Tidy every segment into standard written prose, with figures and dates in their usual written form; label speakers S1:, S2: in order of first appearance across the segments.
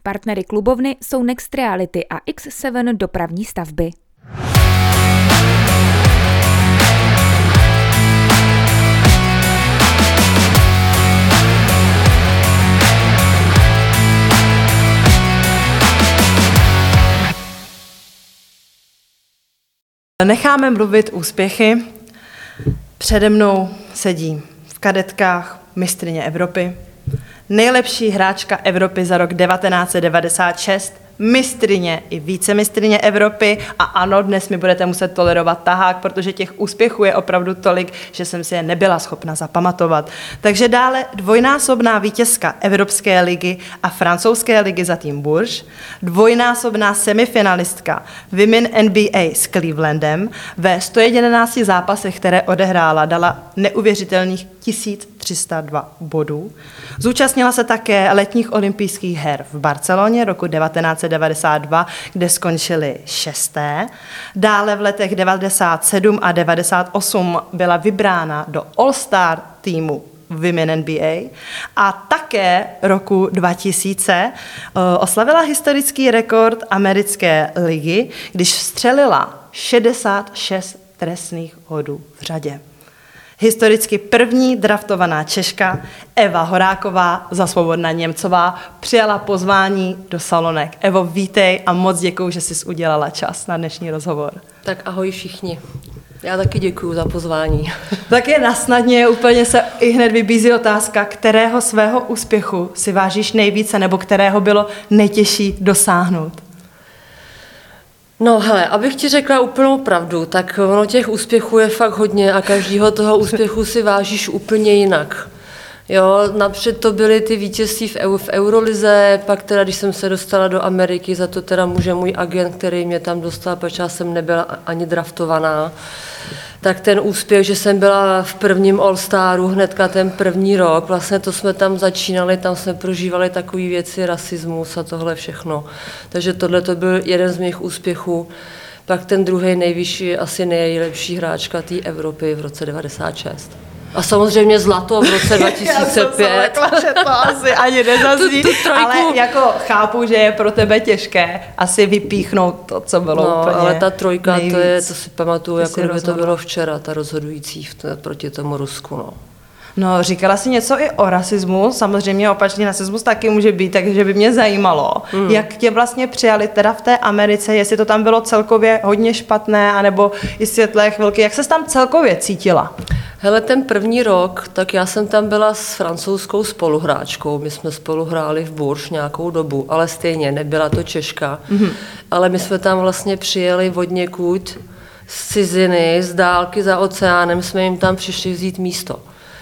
S1: Partnery klubovny jsou Next Reality a X7 dopravní stavby.
S2: Necháme mluvit úspěchy. Přede mnou sedí v kadetkách mistryně Evropy, nejlepší hráčka Evropy za rok 1996, mistryně i vícemistryně Evropy a ano, dnes mi budete muset tolerovat tahák, protože těch úspěchů je opravdu tolik, že jsem si je nebyla schopna zapamatovat. Takže dále dvojnásobná vítězka Evropské ligy a francouzské ligy za tým Bourges, dvojnásobná semifinalistka Women NBA s Clevelandem, ve 111 zápasech, které odehrála, dala neuvěřitelných 1302 bodů. Zúčastnila se také letních olympijských her v Barceloně roku 1992, kde skončily 6. Dále v letech 97 a 98 byla vybrána do All-Star týmu Women NBA a také roku 2000 oslavila historický rekord americké ligy, když vstřelila 66 trestných hodů v řadě. Historicky první draftovaná Češka Eva Horáková za Svobodná Němcová přijala pozvání do Salonek. Evo, vítej a moc děkuju, že jsi udělala čas na dnešní rozhovor.
S3: Tak ahoj všichni. Já taky děkuju za pozvání.
S2: Tak je nasnadně, úplně se i hned vybízí otázka, kterého svého úspěchu si vážíš nejvíce nebo kterého bylo nejtěžší dosáhnout?
S3: No hele, abych ti řekla úplnou pravdu, tak ono těch úspěchů je fakt hodně a každýho toho úspěchu si vážíš úplně jinak. Jo, napřed to byly ty vítězství v Eurolize, pak teda, když jsem se dostala do Ameriky, za to teda může můj agent, který mě tam dostal, protože já jsem nebyla ani draftovaná, tak ten úspěch, že jsem byla v prvním All-Staru hnedka ten první rok, vlastně to jsme tam začínali, tam jsme prožívali takové věci, rasismus a tohle všechno. Takže tohle to byl jeden z mých úspěchů. Pak ten druhý nejvyšší, asi nejlepší hráčka té Evropy v roce 96. A samozřejmě zlato v roce 2005.
S2: Já jsem že to asi ani nezazní, ale jako chápu, že je pro tebe těžké asi vypíchnout to, co bylo úplně
S3: ale ta trojka,
S2: nejvíc.
S3: to si pamatuju, jako kdyby to bylo včera, ta rozhodující proti tomu Rusku.
S2: No, říkala jsi něco i o rasismu, samozřejmě opačný rasismus taky může být, takže by mě zajímalo, jak tě vlastně přijali teda v té Americe, jestli to tam bylo celkově hodně špatné, anebo i světlé chvilky, jak ses tam celkově cítila?
S3: Hele, ten první rok, tak já jsem tam byla s francouzskou spoluhráčkou, my jsme spolu hráli v Bourges nějakou dobu, ale stejně, nebyla to Češka, ale my jsme tam vlastně přijeli od někud z ciziny, z dálky za oceánem, jsme jim tam přišli vzít místo.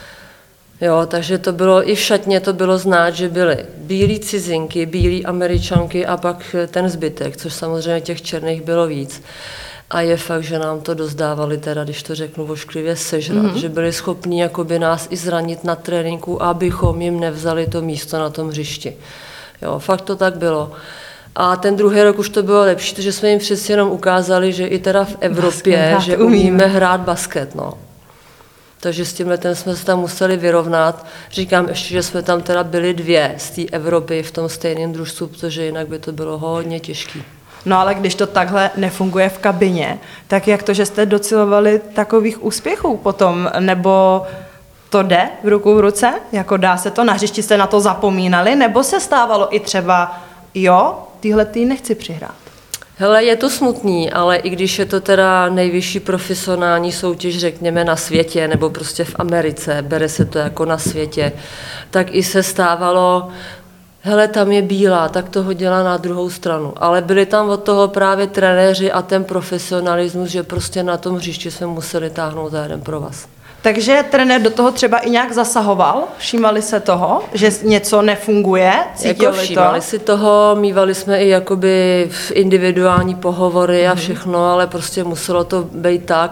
S3: Jo, takže to bylo i v šatně, to bylo znát, že byly bílí cizinky, bílí Američanky a pak ten zbytek, což samozřejmě těch černých bylo víc. A je fakt, že nám to dozdávali teda, když to řeknu vošklivě, sežrat, že byli schopní jakoby nás i zranit na tréninku, abychom jim nevzali to místo na tom hřišti. Jo, fakt to tak bylo. A ten druhý rok už to bylo lepší, protože jsme jim přeci jenom ukázali, že i teda v Evropě, že umíme hrát basket, no. Takže s tímhletem jsme se tam museli vyrovnat. Říkám ještě, že jsme tam teda byli dvě z té Evropy v tom stejném družstvu, protože jinak by to bylo hodně těžké.
S2: No ale když to takhle nefunguje v kabině, tak jak to, že jste docilovali takových úspěchů potom, nebo to jde v ruku v ruce? Jako dá se to, na hřišti jste na to zapomínali, nebo se stávalo i třeba, jo, týhletý nechci přihrát?
S3: Hele, je to smutný, ale i když je to teda nejvyšší profesionální soutěž, řekněme, na světě, nebo prostě v Americe, bere se to jako na světě, tak i se stávalo, hele, tam je bílá, tak to hodila na druhou stranu. Ale byli tam od toho právě trenéři a ten profesionalismus, že prostě na tom hřišti jsme museli táhnout za jeden provaz.
S2: Takže trenér do toho třeba i nějak zasahoval? Všímali se toho, že něco nefunguje? Cítili
S3: jako všímali si toho, mívali jsme i jakoby individuální pohovory a všechno, ale prostě muselo to být tak,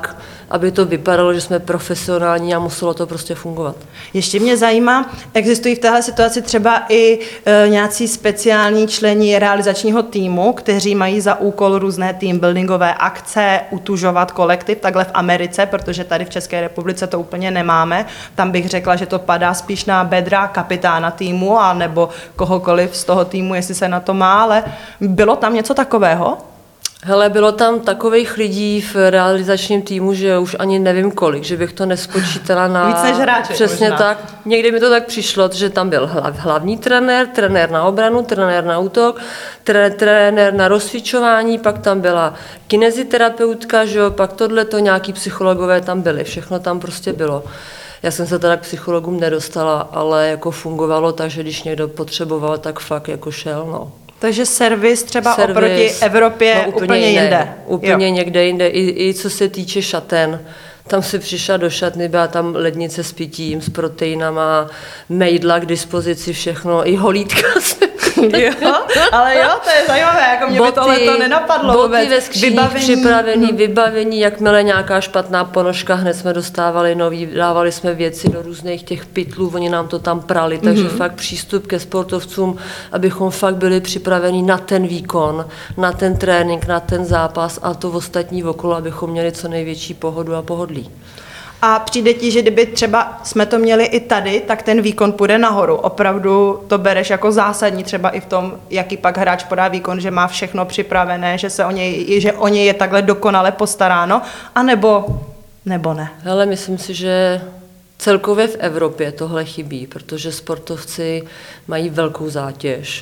S3: aby to vypadalo, že jsme profesionální a muselo to prostě fungovat.
S2: Ještě mě zajímá, existují v téhle situaci třeba i nějací speciální členi realizačního týmu, kteří mají za úkol různé teambuildingové akce, utužovat kolektiv, takhle v Americe, protože tady v České republice to úplně nemáme. Tam bych řekla, že to padá spíš na bedra kapitána týmu a nebo kohokoliv z toho týmu, jestli se na to má, ale bylo tam něco takového?
S3: Hele, bylo tam takových lidí v realizačním týmu, že už ani nevím kolik, že bych to nespočítala na...
S2: Víc než hráče,
S3: přesně
S2: možná.
S3: tak. Někdy mi to tak přišlo, že tam byl hlavní trenér, trenér na obranu, trenér na útok, trenér na rozcvičování, pak tam byla kineziterapeutka, že jo, pak tohleto, nějaký psychologové tam byli, všechno tam prostě bylo. Já jsem se teda k psychologům nedostala, ale jako fungovalo tak, že když někdo potřeboval, tak fakt jako šel, no.
S2: Takže servis třeba oproti Evropě
S3: no,
S2: úplně jinde.
S3: Úplně
S2: Jo.
S3: někde jinde. I co se týče šaten. Tam si přišla do šatny, byla tam lednice s pitím, s proteinama, mejdla k dispozici, všechno, i holítka.
S2: Jo, ale jo, to je zajímavé, jako mě by tohle to nenapadlo
S3: boty
S2: vůbec.
S3: ve skříních vybavení, jakmile nějaká špatná ponožka, hned jsme dostávali nový, dávali jsme věci do různých těch pytlů, oni nám to tam prali, takže fakt přístup ke sportovcům, abychom fakt byli připraveni na ten výkon, na ten trénink, na ten zápas a to ostatní okolo, abychom měli co největší pohodu a pohodlí.
S2: A přijde ti, že kdyby třeba jsme to měli i tady, tak ten výkon půjde nahoru. Opravdu to bereš jako zásadní třeba i v tom, jaký pak hráč podá výkon, že má všechno připravené, že o něj je takhle dokonale postaráno, anebo ne?
S3: Hele, myslím si, že celkově v Evropě tohle chybí, protože sportovci mají velkou zátěž.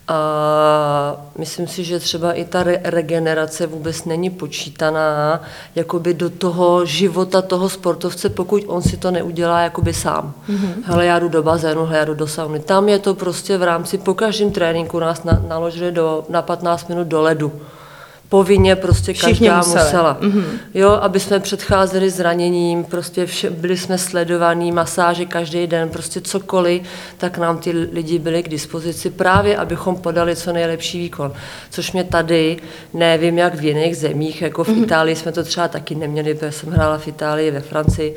S3: A myslím si, že třeba i ta regenerace vůbec není počítaná jakoby do toho života toho sportovce, pokud on si to neudělá jakoby sám. Hele, já jdu do bazénu, hele, já jdu do sauny. Tam je to prostě v rámci, po každém tréninku nás naložili na 15 minut do ledu. Povinně prostě každá musela. Jo, aby jsme předcházeli zraněním, prostě byli jsme sledovaní, masáže každý den, prostě cokoliv, tak nám ty lidi byli k dispozici právě, abychom podali co nejlepší výkon. Což mě tady, nevím jak v jiných zemích, jako v Itálii jsme to třeba taky neměli, protože jsem hrála v Itálii, ve Francii,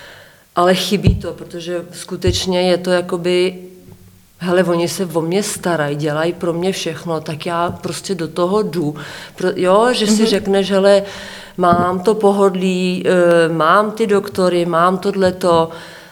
S3: ale chybí to, protože skutečně je to jakoby hele, oni se o mě starají, dělají pro mě všechno, tak já prostě do toho jdu. Jo, že si řekneš, hele, mám to pohodlí, mám ty doktory, mám tohleto,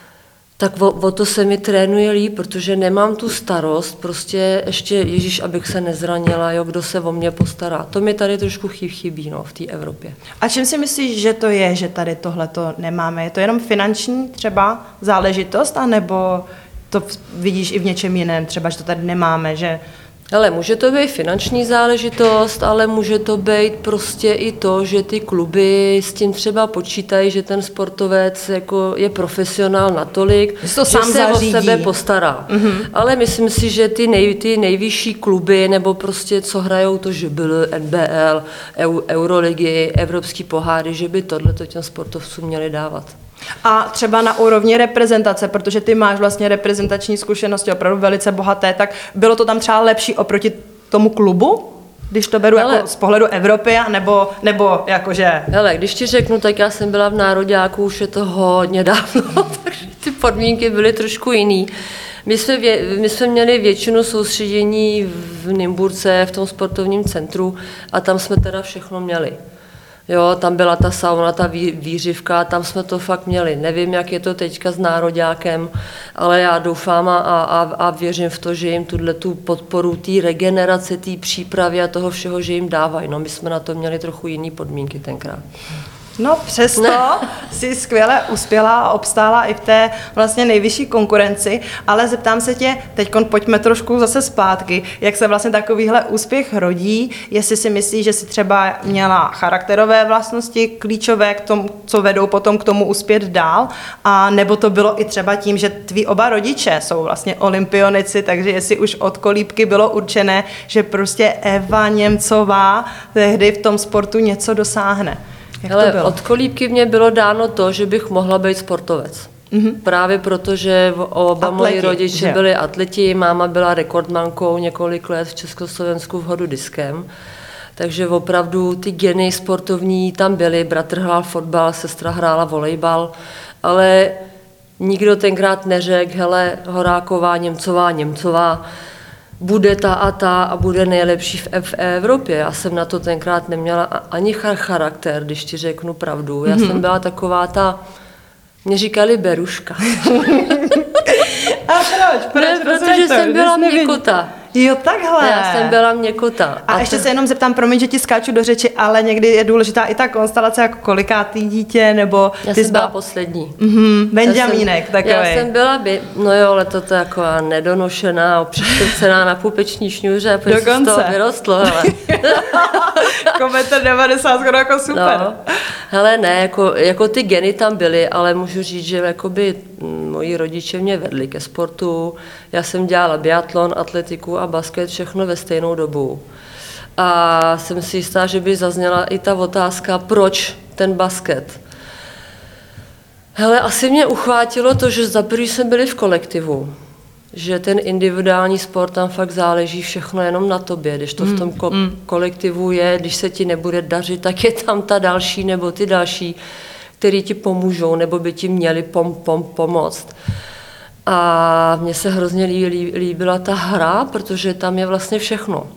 S3: tak o to se mi trénuje líp, protože nemám tu starost, prostě ještě, Ježíš, abych se nezranila, jo, kdo se o mě postará. To mi tady trošku chybí, no, v té Evropě.
S2: A čím si myslíš, že to je, že tady tohleto nemáme? Je to jenom finanční třeba záležitost, anebo to vidíš i v něčem jiném, třeba, že to tady nemáme, že...
S3: Ale může to být finanční záležitost, ale může to být prostě i to, že ty kluby s tím třeba počítají, že ten sportovec jako je profesionál natolik, že se o sebe postará. Ale myslím si, že ty nejvyšší kluby, nebo prostě co hrajou to, že byly NBL, Euroligy, evropský poháry, že by tohleto těm sportovcům měli dávat.
S2: A třeba na úrovni reprezentace, protože ty máš vlastně reprezentační zkušenosti opravdu velice bohaté, tak bylo to tam třeba lepší oproti tomu klubu, když to beru jako z pohledu Evropy, nebo jakože...
S3: Hele, když ti řeknu, tak já jsem byla v nároďáku, už je to hodně dávno, takže ty podmínky byly trošku jiný. My jsme měli většinu soustředění v Nymburce, v tom sportovním centru a tam jsme teda všechno měli. Jo, tam byla ta sauna, ta výřivka, tam jsme to fakt měli. Nevím, jak je to teďka s nároďákem, ale já doufám a věřím v to, že jim tu podporu té regenerace, té přípravy a toho všeho, že jim dávají. No, my jsme na to měli trochu jiný podmínky tenkrát.
S2: No přesto si skvěle uspěla a obstála i v té vlastně nejvyšší konkurenci, ale zeptám se tě, teďkon pojďme trošku zase zpátky, jak se vlastně takovýhle úspěch rodí, jestli si myslíš, že si třeba měla charakterové vlastnosti klíčové k tomu, co vedou potom k tomu uspět dál, a nebo to bylo i třeba tím, že tví oba rodiče jsou vlastně olympionici, takže jestli už od kolíbky bylo určené, že prostě Eva Němcová tehdy v tom sportu něco dosáhne.
S3: Hele, od kolíbky mě bylo dáno to, že bych mohla být sportovec. Právě proto, že oba moji rodiče byli atleti, máma byla rekordmankou několik let v Československu v hodu diskem. Takže opravdu ty geny sportovní tam byly, bratr hrál fotbal, sestra hrála volejbal, ale nikdo tenkrát neřekl, hele, Horáková, Němcová, bude ta a bude nejlepší v Evropě. Já jsem na to tenkrát neměla ani charakter, když ti řeknu pravdu. Já jsem byla taková mě říkali Beruška.
S2: A proč?
S3: Ne, protože jsem byla měkota.
S2: Jo, takhle.
S3: Já jsem byla měkota.
S2: A ještě se jenom zeptám, promiň, že ti skáču do řeči, ale někdy je důležitá i ta konstelace, jako kolikátý dítě, nebo...
S3: Já jsem byla poslední.
S2: Benjamínek takovej.
S3: Já jsem byla, no jo, ale to je taková nedonošená, přiškrcená na pupeční šňůře, protože se z toho vyrostlo, hele.
S2: Jako 1,90 m, skoro jako super.
S3: No. Hele, ne, jako ty geny tam byly, ale můžu říct, že jakoby moji rodiče mě vedli ke sportu. Já jsem dělala biatlon, atletiku a basket, všechno ve stejnou dobu. A jsem si jistá, že by zazněla i ta otázka, proč ten basket. Hele, asi mě uchvátilo to, že za prvý jsme byli v kolektivu. Že ten individuální sport, tam fakt záleží všechno jenom na tobě. Když to v tom kolektivu je, když se ti nebude dařit, tak je tam ta další nebo ty další, který ti pomůžou nebo by ti měli pomoct. A mně se hrozně líbila ta hra, protože tam je vlastně všechno.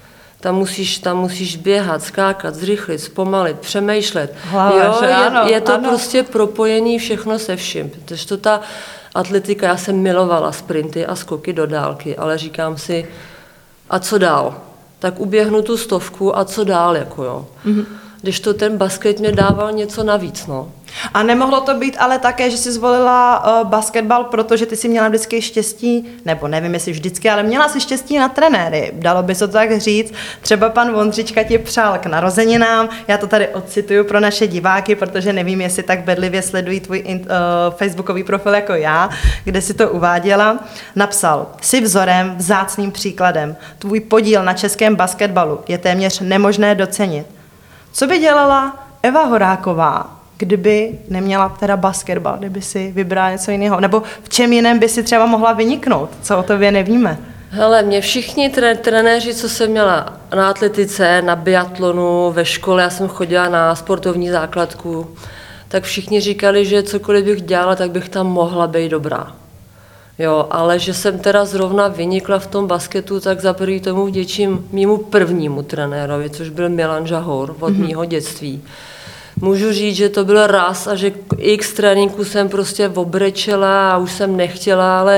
S3: Tam musíš běhat, skákat, zrychlit, zpomalit, přemýšlet. Je to prostě propojení všechno se vším. Protože to ta atletika, já jsem milovala sprinty a skoky do dálky, ale říkám si, a co dál? Tak uběhnu tu 100 a co dál, jako jo. Když to ten basket mě dával něco navíc, no.
S2: A nemohlo to být ale také, že jsi zvolila basketbal, protože ty jsi měla vždycky štěstí, nebo nevím, jestli vždycky, ale měla jsi štěstí na trenéry. Dalo by se to tak říct. Třeba pan Vondřička ti přál k narozeninám. Já to tady odcituju pro naše diváky, protože nevím, jestli tak bedlivě sledují tvůj facebookový profil jako já, kde si to uváděla. Napsal, jsi vzorem, vzácným příkladem. Tvůj podíl na českém basketbalu je téměř nemožné docenit. Co by dělala Eva Horáková, kdyby neměla teda basketbal, kdyby si vybrala něco jiného? Nebo v čem jiném by si třeba mohla vyniknout? Co o tobě nevíme?
S3: Hele, mě všichni trenéři, co jsem měla na atletice, na biatlonu, ve škole, já jsem chodila na sportovní základku, tak všichni říkali, že cokoliv bych dělala, tak bych tam mohla být dobrá. Jo, ale že jsem teda zrovna vynikla v tom basketu, tak za první tomu vděčím mému prvnímu trenérovi, což byl Milan Žahour od mýho dětství. Můžu říct, že to byl raz a že x tréninku jsem prostě obrečela a už jsem nechtěla, ale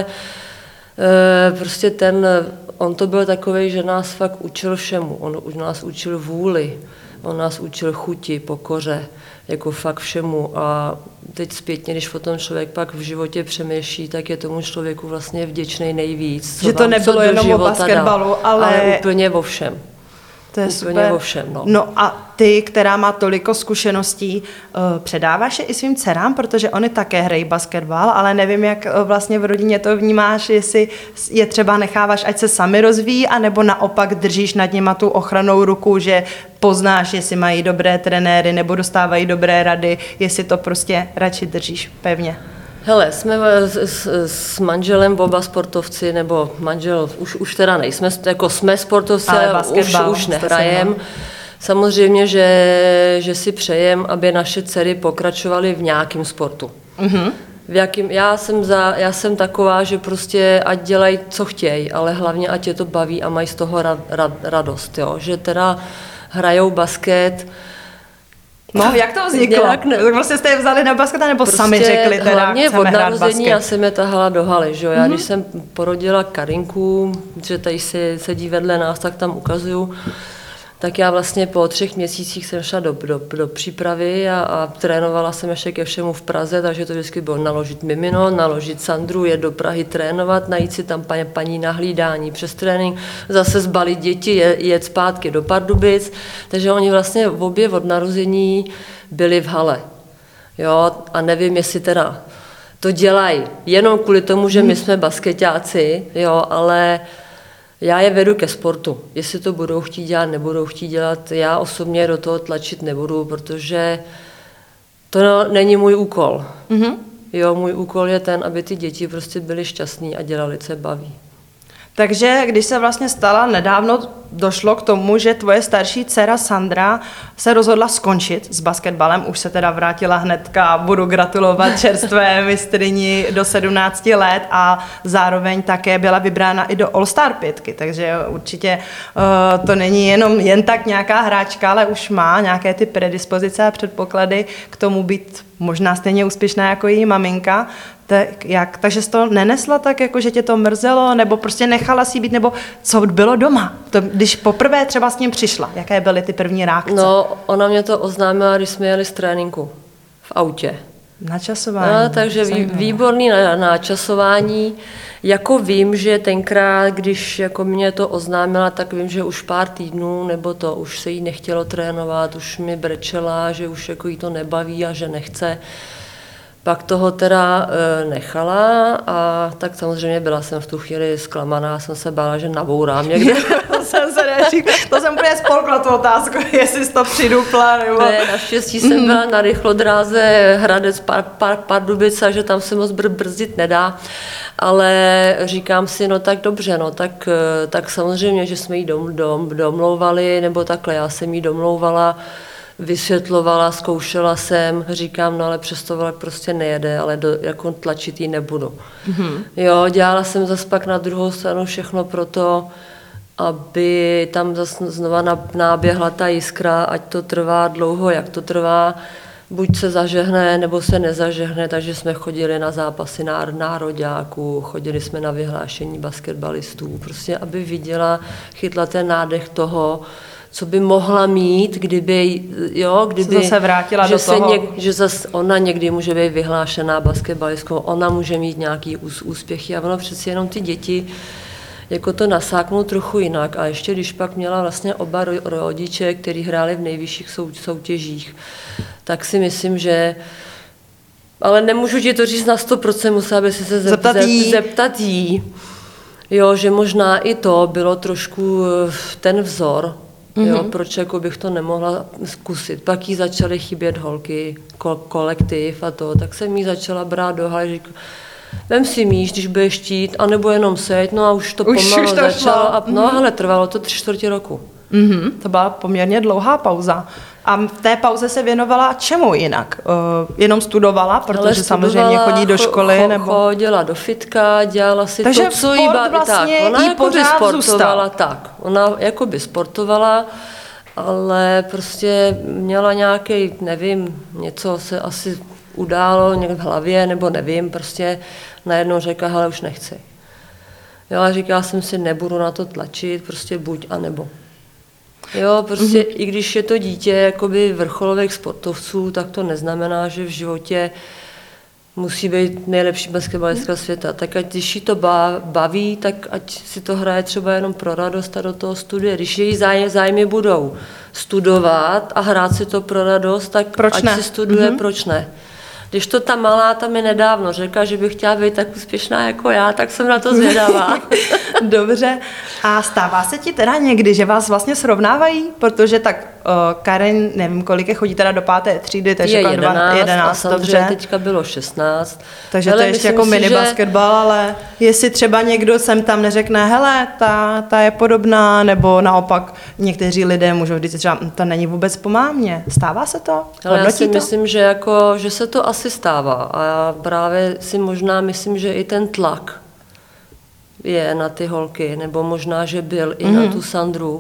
S3: prostě on to byl takovej, že nás fakt učil všemu. On už nás učil vůli, on nás učil chuti, pokoře, jako fakt všemu. A teď zpětně, když o tom člověk pak v životě přemýšlí, tak je tomu člověku vlastně vděčný nejvíc.
S2: Že to nebylo jenom o basketbalu, ale
S3: úplně o všem.
S2: To je super. No a ty, která má toliko zkušeností, předáváš je i svým dcerám, protože oni také hrají basketbal, ale nevím, jak vlastně v rodině to vnímáš, jestli je třeba necháváš, ať se sami rozvíjí, anebo naopak držíš nad nima tu ochrannou ruku, že poznáš, jestli mají dobré trenéry nebo dostávají dobré rady, jestli to prostě radši držíš pevně.
S3: Hele, jsme s manželem oba sportovci, nebo manžel už teda nejsme, jako jsme sportovci, ale už nehrajem. Samozřejmě, že si přejem, aby naše dcery pokračovaly v nějakém sportu. Já jsem taková, že prostě ať dělají, co chtějí, ale hlavně ať je to baví a mají z toho radost, jo? Že teda hrajou basket.
S2: No, jak to vzniklo? Prostě jste je vzali na basket, nebo prostě sami řekli teda,
S3: hlavně od narození já jsem je tahala do haly, že jo? Já když jsem porodila Karinku, že tady sedí vedle nás, tak tam ukazuju, tak já vlastně po 3 měsících jsem šla do přípravy a trénovala jsem ještě ke všemu v Praze, takže to vždycky bylo naložit mimino, naložit Sandru, jet do Prahy trénovat, najít si tam paní na hlídání přes trénink, zase zbalit děti, jet zpátky do Pardubic, takže oni vlastně obě od narození byli v hale. Jo, a nevím, jestli teda to dělají jenom kvůli tomu, že my jsme basketáci, jo, ale já je vedu ke sportu. Jestli to budou chtít dělat, nebudou chtít dělat, já osobně do toho tlačit nebudu, protože to není můj úkol. Jo, můj úkol je ten, aby ty děti prostě byly šťastný a dělali, co je baví.
S2: Takže když se vlastně stala nedávno, došlo k tomu, že tvoje starší dcera Sandra se rozhodla skončit s basketbalem, už se teda vrátila hnedka a budu gratulovat čerstvé mistryni do 17 let a zároveň také byla vybrána i do All-Star 5, takže určitě to není jen tak nějaká hráčka, ale už má nějaké ty predispozice a předpoklady k tomu být možná stejně úspěšná jako její maminka. Takže jsi to nenesla tak, jako že tě to mrzelo, nebo prostě nechala si být, nebo co bylo doma? Když poprvé třeba s ním přišla, jaké byly ty první reakce?
S3: No, ona mě to oznámila, když jsme jeli z tréninku v autě.
S2: Načasování.
S3: No, takže výborný načasování. Jako vím, že tenkrát, když jako mě to oznámila, tak vím, že už pár týdnů, nebo to už se jí nechtělo trénovat, už mi brečela, že už jako jí to nebaví a že nechce. Pak toho teda nechala a tak samozřejmě byla jsem v tu chvíli zklamaná, jsem se bála, že nabourám někde.
S2: To jsem úplně spolkla tu otázku, jestli jsi to přidupla, nebo...
S3: Ne, naštěstí jsem byla na rychlodráze Hradec Pardubice, že tam se moc brzdit nedá, ale říkám si, no tak dobře, no tak samozřejmě, že jsme jí domlouvali, nebo takhle, já jsem jí domlouvala, vysvětlovala, zkoušela jsem, říkám, no ale přesto prostě nejede, ale jako tlačit jí nebudu. Mm-hmm. Jo, dělala jsem zase pak na druhou stranu všechno pro to, aby tam zase znova náběhla ta jiskra, ať to trvá dlouho, jak to trvá, buď se zažehne, nebo se nezažehne, takže jsme chodili na zápasy nároďáků, chodili jsme na vyhlášení basketbalistů, prostě aby viděla, chytla ten nádech toho, co by mohla mít, kdyby
S2: se vrátila do toho.
S3: Že zase ona někdy může být vyhlášená basketbalistkou, ona může mít nějaký úspěchy a ono přeci jenom ty děti jako to nasáknou trochu jinak. A ještě když pak měla vlastně oba rodiče, kteří hráli v nejvyšších soutěžích, tak si myslím, že ale nemůžu ti to říct na 100%, musela by si se zeptat jí. Jo, že možná i to bylo trošku ten vzor, jo, proč jako bych to nemohla zkusit. Pak jí začaly chybět holky, kolektiv a to, tak jsem jí začala brát do haly, říkala, vem si míč, když budeš chtít, anebo jenom seď, no a už to pomalu začalo. No ale trvalo to 3/4 roku.
S2: Mm-hmm. To byla poměrně dlouhá pauza. A v té pauze se věnovala čemu jinak? Jenom studovala, protože samozřejmě chodí do školy? Nebo...
S3: Chodila do fitka, dělala si
S2: takže
S3: to, co jí baví.
S2: Vlastně
S3: tak. Ona
S2: jakoby
S3: sportovala tak. Ona jakoby sportovala, ale prostě měla nějaký, nevím, něco se asi událo někde v hlavě, nebo nevím, prostě najednou řekla, hele, už nechci. Jo, a říkala jsem si, nebudu na to tlačit, prostě buď a nebo. Jo, prostě i když je to dítě jakoby vrcholových sportovců, tak to neznamená, že v životě musí být nejlepší basketbalistka světa. Tak ať když jí to baví, tak ať si to hraje třeba jenom pro radost a do toho studuje. Když její zájmy budou studovat a hrát si to pro radost, tak ať si studuje, proč ne. Když to ta malá tam mi nedávno řekla, že bych chtěla být tak úspěšná jako já, tak jsem na to zvědavá.
S2: Dobře. A stává se ti teda někdy, že vás vlastně srovnávají? Protože tak Karen, nevím kolik je, chodí teda do 5. třídy, takže
S3: je 11 a samozřejmě
S2: dobře.
S3: teďka bylo 16.
S2: Takže hele, to je ještě jako mini basketbal, ale jestli třeba někdo sem tam neřekne, hele, ta je podobná, nebo naopak někteří lidé můžou říct, třeba to není vůbec po mámě. Stává se to?
S3: Ale já si myslím, že se to asi stává a já právě si možná myslím, že i ten tlak je na ty holky, nebo možná, že byl i na tu Sandru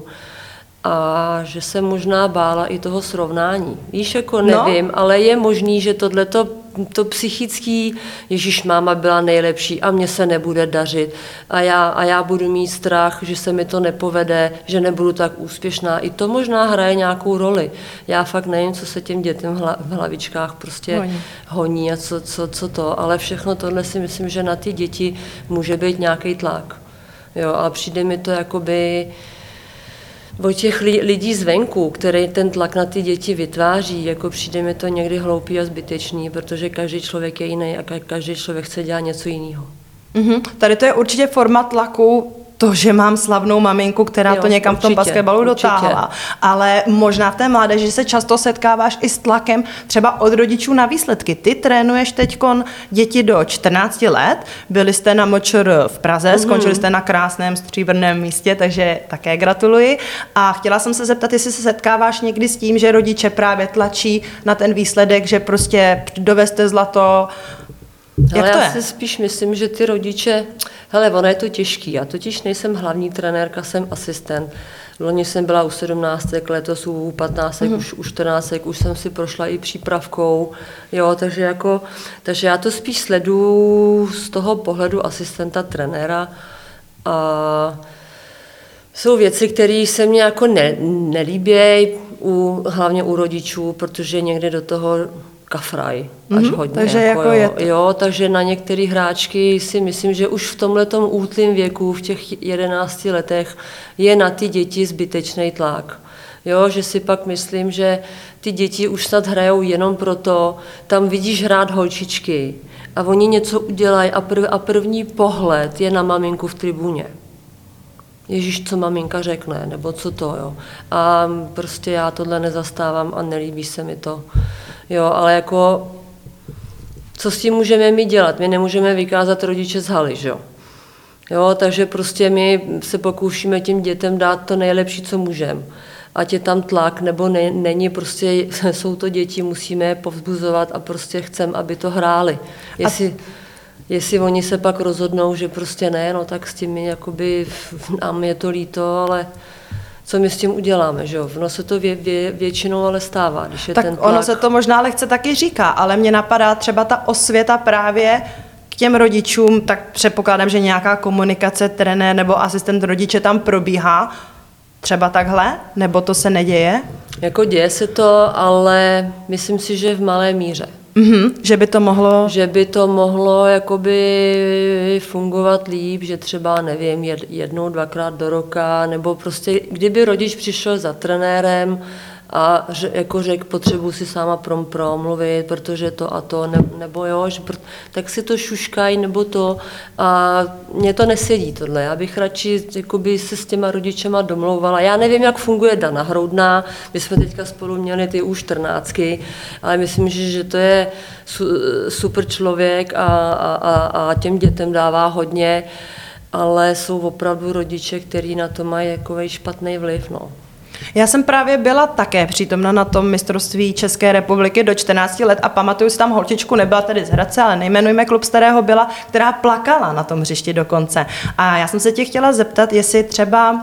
S3: a že se možná bála i toho srovnání. Víš, jako nevím, ale je možný, že tohleto to psychický, ježiš, máma byla nejlepší a mně se nebude dařit a já budu mít strach, že se mi to nepovede, že nebudu tak úspěšná. I to možná hraje nějakou roli. Já fakt nevím, co se těm dětem v hlavičkách prostě honí a co to, ale všechno tohle si myslím, že na ty děti může být nějaký tlak. Jo, a přijde mi to jakoby od těch lidí zvenku, který ten tlak na ty děti vytváří, jako přijde mi to někdy hloupý a zbytečný, protože každý člověk je jiný a každý člověk chce dělat něco jiného.
S2: Tady to je určitě forma tlaku to, že mám slavnou maminku, která to někam v tom basketbalu dotáhla. Ale možná v té mládeži se často setkáváš i s tlakem třeba od rodičů na výsledky. Ty trénuješ teďkon děti do 14 let, byli jste na MČR v Praze, skončili jste na krásném stříbrném místě, takže také gratuluji. A chtěla jsem se zeptat, jestli se setkáváš někdy s tím, že rodiče právě tlačí na ten výsledek, že prostě dovezte zlato.
S3: Ale já si spíš myslím, že ty rodiče, hele, ono je to těžký, já totiž nejsem hlavní trenérka, jsem asistent. Loni jsem byla u 17, letos u 15, u 14, už jsem si prošla i přípravkou, jo, takže já to spíš sleduju z toho pohledu asistenta trenéra a jsou věci, které se mně jako nelíbí, hlavně u rodičů, protože někdy do toho kafraj až hodně.
S2: Takže jako je to.
S3: Jo, takže na některé hráčky si myslím, že už v tomhletom útlým věku, v těch 11 letech, je na ty děti zbytečný tlak. Jo, že si pak myslím, že ty děti už snad hrajou jenom proto, tam vidíš hrát holčičky a oni něco udělají a první pohled je na maminku v tribuně. Ježíš, co maminka řekne, nebo co to, jo. A prostě já tohle nezastávám a nelíbí se mi to. Jo, ale jako, co s tím můžeme my dělat? My nemůžeme vykázat rodiče z haly, že jo. Jo, takže prostě my se pokoušíme těm dětem dát to nejlepší, co můžeme. Ať je tam tlak, nebo není, prostě jsou to děti, musíme je povzbuzovat a prostě chceme, aby to hráli. Jestli oni se pak rozhodnou, že prostě ne, no tak s tím jakoby, nám je to líto, ale co my s tím uděláme, že jo? Ono se to většinou ale stává, když je
S2: tak
S3: ten tlak.
S2: Ono se to možná lehce taky říká, ale mně napadá třeba ta osvěta právě k těm rodičům, tak předpokládám, že nějaká komunikace trenér nebo asistent rodiče tam probíhá, třeba takhle, nebo to se neděje?
S3: Jako děje se to, ale myslím si, že v malé míře.
S2: Že by to mohlo...
S3: Že by to mohlo jakoby fungovat líp, že třeba, nevím, jednou, dvakrát do roka, nebo prostě, kdyby rodič přišel za trenérem a jako řekl, potřebuji si sama promluvit, protože to a to, nebo jo, že, tak si to šuškají, nebo to. A mně to nesedí tohle. Já bych radši jakoby, se s těma rodičema domlouvala. Já nevím, jak funguje Dana Hroudná, my jsme teďka spolu měli ty U14, ale myslím, že to je super člověk a těm dětem dává hodně, ale jsou opravdu rodiče, kteří na to mají jakovej špatný vliv, no.
S2: Já jsem právě byla také přítomna na tom mistrovství České republiky do 14 let a pamatuju si tam holčičku, nebyla tedy z Hradce, ale nejmenujme klub Starého Byla, která plakala na tom hřišti dokonce. A já jsem se tě chtěla zeptat, jestli třeba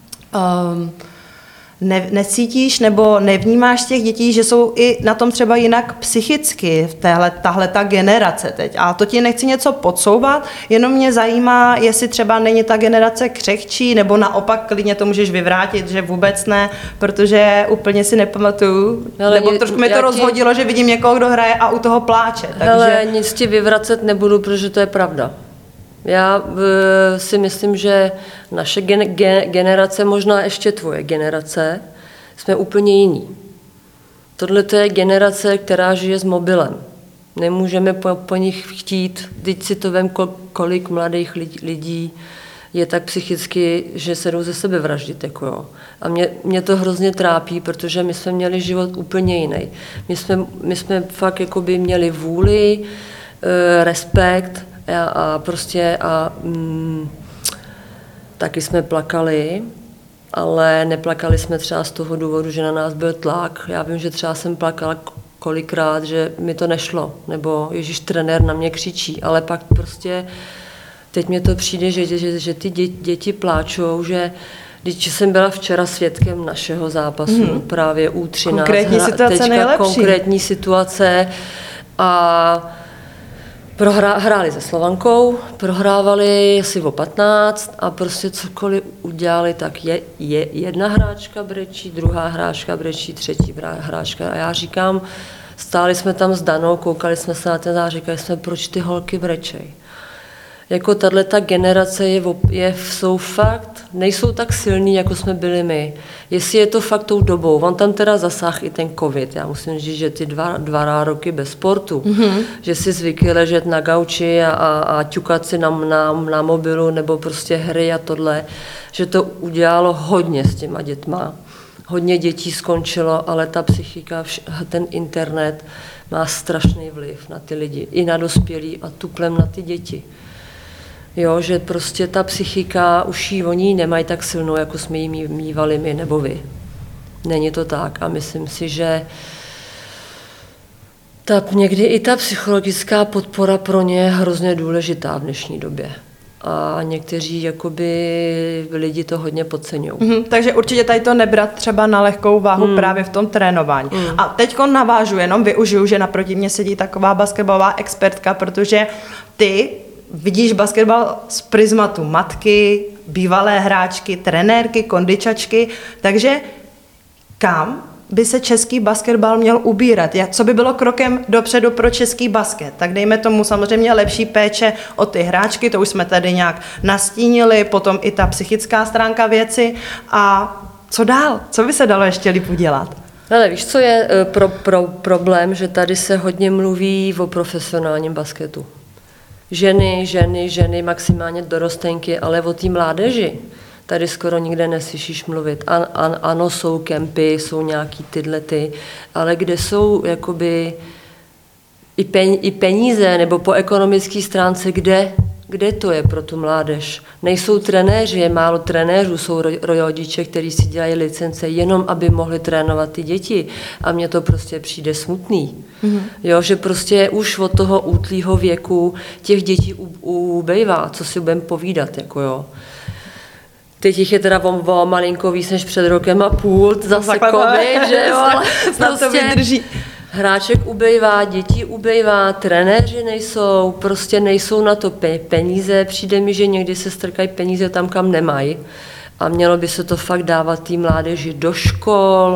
S2: necítíš nebo nevnímáš těch dětí, že jsou i na tom třeba jinak psychicky, tahle ta generace teď. A to ti nechci něco podsouvat, jenom mě zajímá, jestli třeba není ta generace křehčí, nebo naopak klidně to můžeš vyvrátit, že vůbec ne, protože úplně si nepamatuju.
S3: Ale
S2: nebo trošku mi to rozhodilo, že vidím někoho, kdo hraje a u toho pláče.
S3: Ale nic ti vyvracet nebudu, protože to je pravda. Já si myslím, že naše generace, možná ještě tvoje generace, jsme úplně jiní. Tohle je generace, která žije s mobilem. Nemůžeme po nich chtít, teď si to vem, kolik mladých lidí je tak psychicky, že se jdou ze sebe vraždit. Jako jo. A mě to hrozně trápí, protože my jsme měli život úplně jiný. My jsme fakt jakoby měli vůli, respekt, taky jsme plakali, ale neplakali jsme třeba z toho důvodu, že na nás byl tlak. Já vím, že třeba jsem plakala kolikrát, že mi to nešlo, nebo ježíš, trenér na mě křičí, ale pak prostě teď mi to přijde, že ty děti pláčou, že když jsem byla včera svědkem našeho zápasu, právě U13,
S2: konkrétní situace nejlepší.
S3: Konkrétní situace a hráli se Slovankou, prohrávali asi o 15 a prostě cokoliv udělali, tak je jedna hráčka brečí, druhá hráčka brečí, třetí hráčka. A já říkám, stáli jsme tam s Danou, koukali jsme se na ten a říkali jsme, proč ty holky brečej. jako tato generace jsou fakt, nejsou tak silní, jako jsme byli my. Jestli je to fakt tou dobou, on tam teda zasáhl i ten covid, já musím říct, že ty dva roky bez sportu, že si zvykli ležet na gauči a ťukat si na mobilu nebo prostě hry a tohle, že to udělalo hodně s těma dětma. Hodně dětí skončilo, ale ta psychika, ten internet má strašný vliv na ty lidi, i na dospělí a tuplem na ty děti. Jo, že prostě ta psychika, už oni nemají tak silnou, jako jsme ji mívali my nebo vy. Není to tak a myslím si, že někdy i ta psychologická podpora pro ně je hrozně důležitá v dnešní době. A někteří jakoby lidi to hodně podceňují.
S2: Takže určitě tady to nebrat třeba na lehkou váhu právě v tom trénování. A teďko navážu, jenom využiju, že naproti mě sedí taková basketbalová expertka, protože ty vidíš basketbal z prismatu matky, bývalé hráčky, trenérky, kondičačky, takže kam by se český basketbal měl ubírat? Co by bylo krokem dopředu pro český basket? Tak dejme tomu samozřejmě lepší péče o ty hráčky, to už jsme tady nějak nastínili, potom i ta psychická stránka věci. A co dál? Co by se dalo ještě líp udělat?
S3: Ale víš, co je problém, že tady se hodně mluví o profesionálním basketu. Ženy, maximálně dorostenky, ale o té mládeži tady skoro nikde neslyšíš mluvit. Ano, jsou kempy, jsou nějaký ty, ale kde jsou jakoby i peníze, nebo po ekonomické stránce, kde to je pro tu mládež? Nejsou trenéři, je málo trenérů, jsou rodiče, kteří si dělají licence jenom, aby mohli trénovat ty děti. A mně to prostě přijde smutný. Jo, že prostě už od toho útlýho věku těch dětí ubejvá, co si budeme povídat, jako jo. Teď jich je teda o malinko víc než před rokem a půl, zase covid, že jo, ale
S2: prostě to vydrží.
S3: Hráček ubejvá, děti ubejvá, trenéři nejsou, prostě nejsou na to peníze. Přijde mi, že někdy se strkají peníze tam, kam nemají. A mělo by se to fakt dávat té mládeži do škol,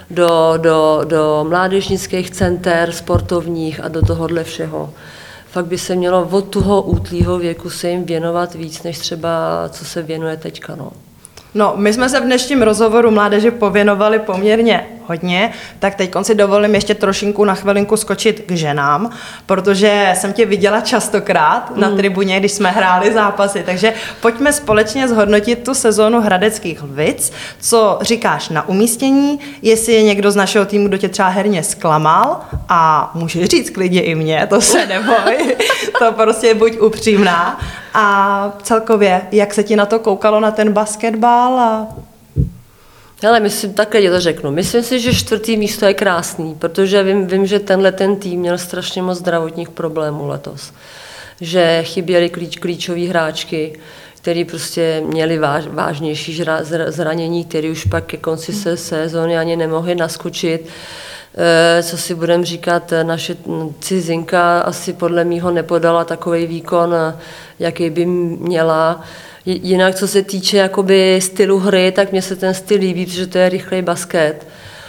S3: do mládežnických center, sportovních a do tohohle všeho. Fakt by se mělo od toho útlýho věku se jim věnovat víc, než třeba, co se věnuje teďka, no.
S2: No, my jsme se v dnešním rozhovoru mládeži pověnovali poměrně hodně, tak teď si dovolím ještě trošinku na chvilinku skočit k ženám, protože jsem tě viděla častokrát na tribuně, když jsme hráli zápasy, takže pojďme společně zhodnotit tu sezónu Hradeckých Lvic. Co říkáš na umístění, jestli je někdo z našeho týmu, kdo tě třeba herně zklamal, a můžeš říct klidně i mě, to se neboj, to prostě buď upřímná. A celkově, jak se ti na to koukalo, na ten basketbal?
S3: Hele, takhle to řeknu. Myslím si, že 4. místo je krásný, protože vím, že ten tým měl strašně moc zdravotních problémů letos. Že chyběly klíčové hráčky, který prostě měli vážnější zranění, který už pak ke konci sezóny ani nemohli naskočit. Co si budeme říkat, naše cizinka asi podle mýho nepodala takový výkon, jaký by měla. Jinak, co se týče jakoby stylu hry, tak mně se ten styl líbí, protože to je rychlej basket.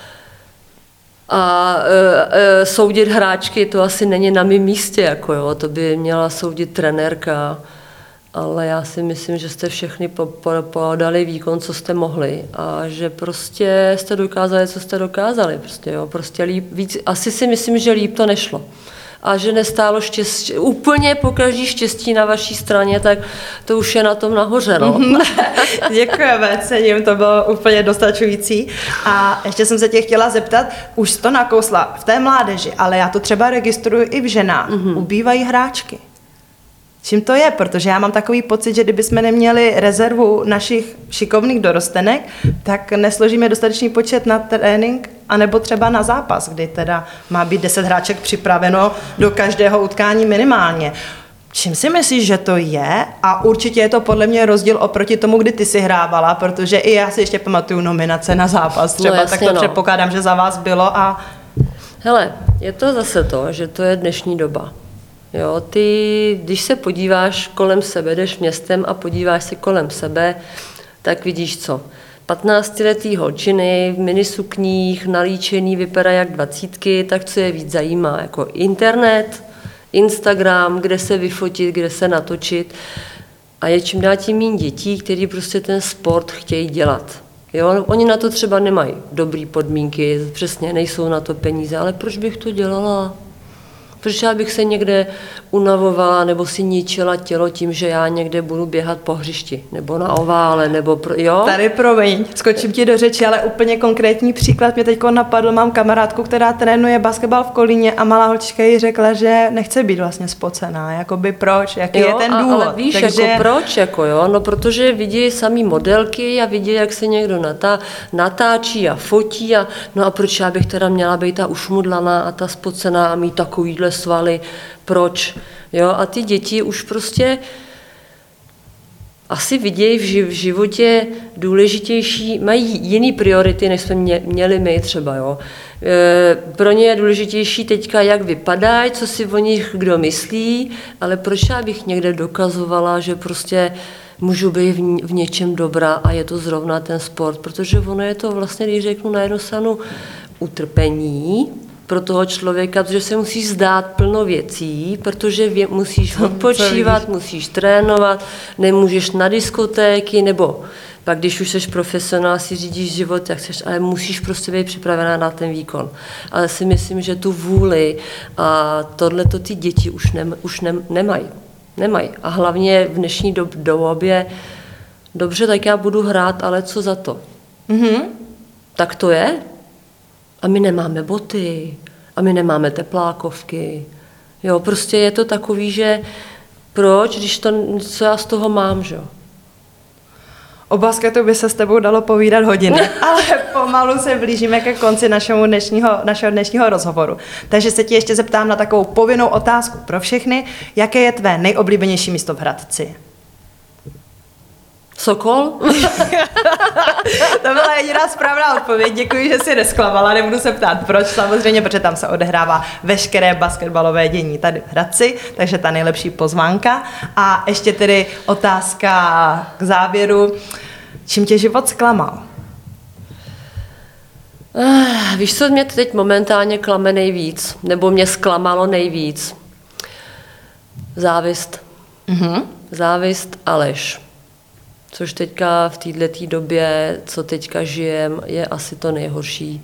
S3: A soudit hráčky, to asi není na mém místě, jako jo, to by měla soudit trenérka. Ale já si myslím, že jste všechny podali výkon, co jste mohli a že prostě jste dokázali, co jste dokázali. Prostě líp, víc, asi si myslím, že líp to nešlo. A že nestálo štěstí, úplně po každý štěstí na vaší straně, tak to už je na tom nahoře. No.
S2: Děkujeme, cením, to bylo úplně dostačující. A ještě jsem se tě chtěla zeptat, už jsi to nakousla v té mládeži, ale já to třeba registruju i v ženách. Ubývají hráčky. Čím to je? Protože já mám takový pocit, že kdybychom neměli rezervu našich šikovných dorostenek, tak nesložíme dostatečný počet na trénink, anebo třeba na zápas, kdy teda má být 10 hráček připraveno do každého utkání minimálně. Čím si myslíš, že to je? A určitě je to podle mě rozdíl oproti tomu, kdy ty si hrávala, protože i já si ještě pamatuju nominace na zápas třeba, no, jasně, tak to předpokládám, že za vás bylo a...
S3: Hele, je to zase to, že to je dnešní doba. Jo, ty, když se podíváš kolem sebe, jdeš městem a podíváš se kolem sebe, tak vidíš co? 15letý holčiny v minisukních, nalíčený, vypadají jak 20, tak co je víc zajímá? Jako internet, Instagram, kde se vyfotit, kde se natočit. A je čím dál tím méně dětí, kteří prostě ten sport chtějí dělat. Jo? Oni na to třeba nemají dobré podmínky, přesně nejsou na to peníze, ale proč bych to dělala? Proč já bych se někde unavovala nebo si ničila tělo tím, že já někde budu běhat po hřišti, nebo na ovále, nebo jo?
S2: Tady promiň, skočím ti do řeči, ale úplně konkrétní příklad mě teď napadl. Mám kamarádku, která trénuje basketbal v Kolíně a malá holčička jí řekla, že nechce být vlastně spocená. Jakoby proč, jaký je ten důvod.
S3: Ale víš,
S2: takže...
S3: jako proč, jako jo? No protože vidí samý modelky a vidí, jak se někdo natáčí a fotí a no a proč já bych teda měla být ta ušmudlaná a ta spocená a mít takovýhle svaly, proč, jo? A ty děti už prostě asi vidějí v životě důležitější, mají jiný priority, než jsme měli my třeba, jo. Pro ně je důležitější teďka, jak vypadají, co si o nich kdo myslí, ale proč já bych někde dokazovala, že prostě můžu být v něčem dobrá a je to zrovna ten sport, protože ono je to vlastně, když řeknu na jednu stranu, utrpení pro toho člověka, protože se musíš zdát plno věcí, protože musíš odpočívat, musíš trénovat, nemůžeš na diskotéky, nebo pak, když už jsi profesionál, si řídíš život, jak chceš, ale musíš prostě být připravená na ten výkon. Ale si myslím, že tu vůli a tohleto ty děti už nemají. Nemají. A hlavně v dnešní době, dobře, tak já budu hrát, ale co za to? Mm-hmm. Tak to je. A my nemáme boty, a my nemáme teplákovky. Jo, prostě je to takový, že proč, když to, co já z toho mám, že jo?
S2: O basketu by se s tebou dalo povídat hodiny, ale pomalu se blížíme ke konci našeho dnešního rozhovoru. Takže se ti ještě zeptám na takovou povinnou otázku pro všechny. Jaké je tvé nejoblíbenější místo v Hradci?
S3: Sokol?
S2: To byla jediná správná odpověď. Děkuji, že jsi nesklamala. Nebudu se ptát proč, samozřejmě, protože tam se odehrává veškeré basketbalové dění tady v Hradci, takže ta nejlepší pozvánka. A ještě tedy otázka k závěru. Čím tě život zklamal?
S3: Víš, co mě teď momentálně klame nejvíc? Nebo mě zklamalo nejvíc? Závist. Mm-hmm. Závist a lež. Což teďka v této době, co teďka žijem, je asi to nejhorší,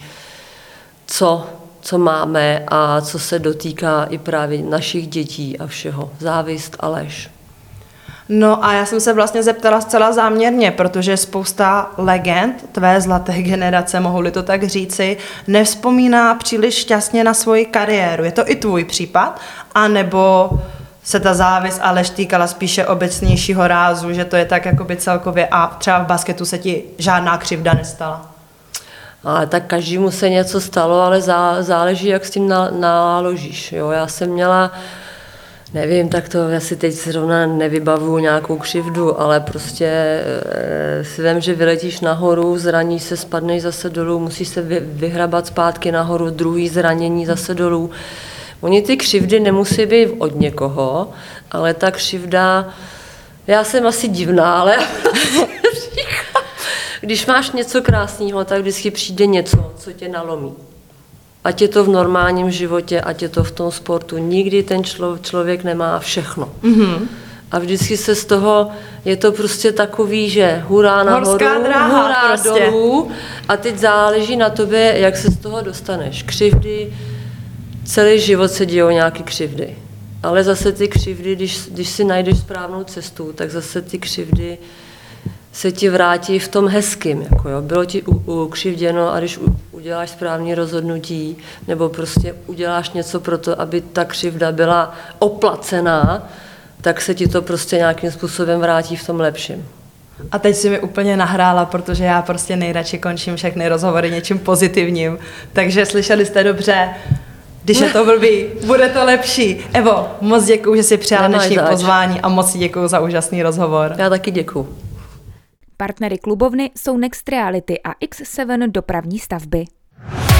S3: co máme a co se dotýká i právě našich dětí a všeho. Závist a lež.
S2: No a já jsem se vlastně zeptala zcela záměrně, protože spousta legend tvé zlaté generace, mohu-li to tak říci, nevzpomíná příliš šťastně na svoji kariéru. Je to i tvůj případ? A nebo se ta závist a lež týkala spíše obecnějšího rázu, že to je tak jakoby celkově a třeba v basketu se ti žádná křivda nestala?
S3: Ale tak každému se něco stalo, ale záleží, jak s tím naložíš. Jo? Já jsem měla, nevím, tak to já si teď zrovna nevybavuju nějakou křivdu, ale prostě si vím, že vyletíš nahoru, zraníš se, spadneš zase dolů, musíš se vyhrabat zpátky nahoru, druhý zranění zase dolů. Oni ty křivdy nemusí být od někoho, ale ta křivda, já jsem asi divná, ale když máš něco krásného, tak vždycky přijde něco, co tě nalomí. Ať je to v normálním životě, ať je to v tom sportu, nikdy ten člověk nemá všechno. Mm-hmm. A vždycky se z toho, je to prostě takový, že hurá nahoru, hurá prostě dolů a teď záleží na tobě, jak se z toho dostaneš. Křivdy, celý život se dějou nějaké křivdy. Ale zase ty křivdy, když si najdeš správnou cestu, tak zase ty křivdy se ti vrátí v tom hezkým. Jako jo. Bylo ti ukřivděno a když uděláš správné rozhodnutí nebo prostě uděláš něco pro to, aby ta křivda byla oplacená, tak se ti to prostě nějakým způsobem vrátí v tom lepším.
S2: A teď si mi úplně nahrála, protože já prostě nejradši končím všechny rozhovory něčím pozitivním. Takže slyšeli jste dobře, když je to blbý, bude to lepší. Evo, moc děkuju, že jsi přijala dnešní pozvání a moc děkuju za úžasný rozhovor.
S3: Já taky děkuju.
S1: Partnery klubovny jsou Next Reality a X7 dopravní stavby.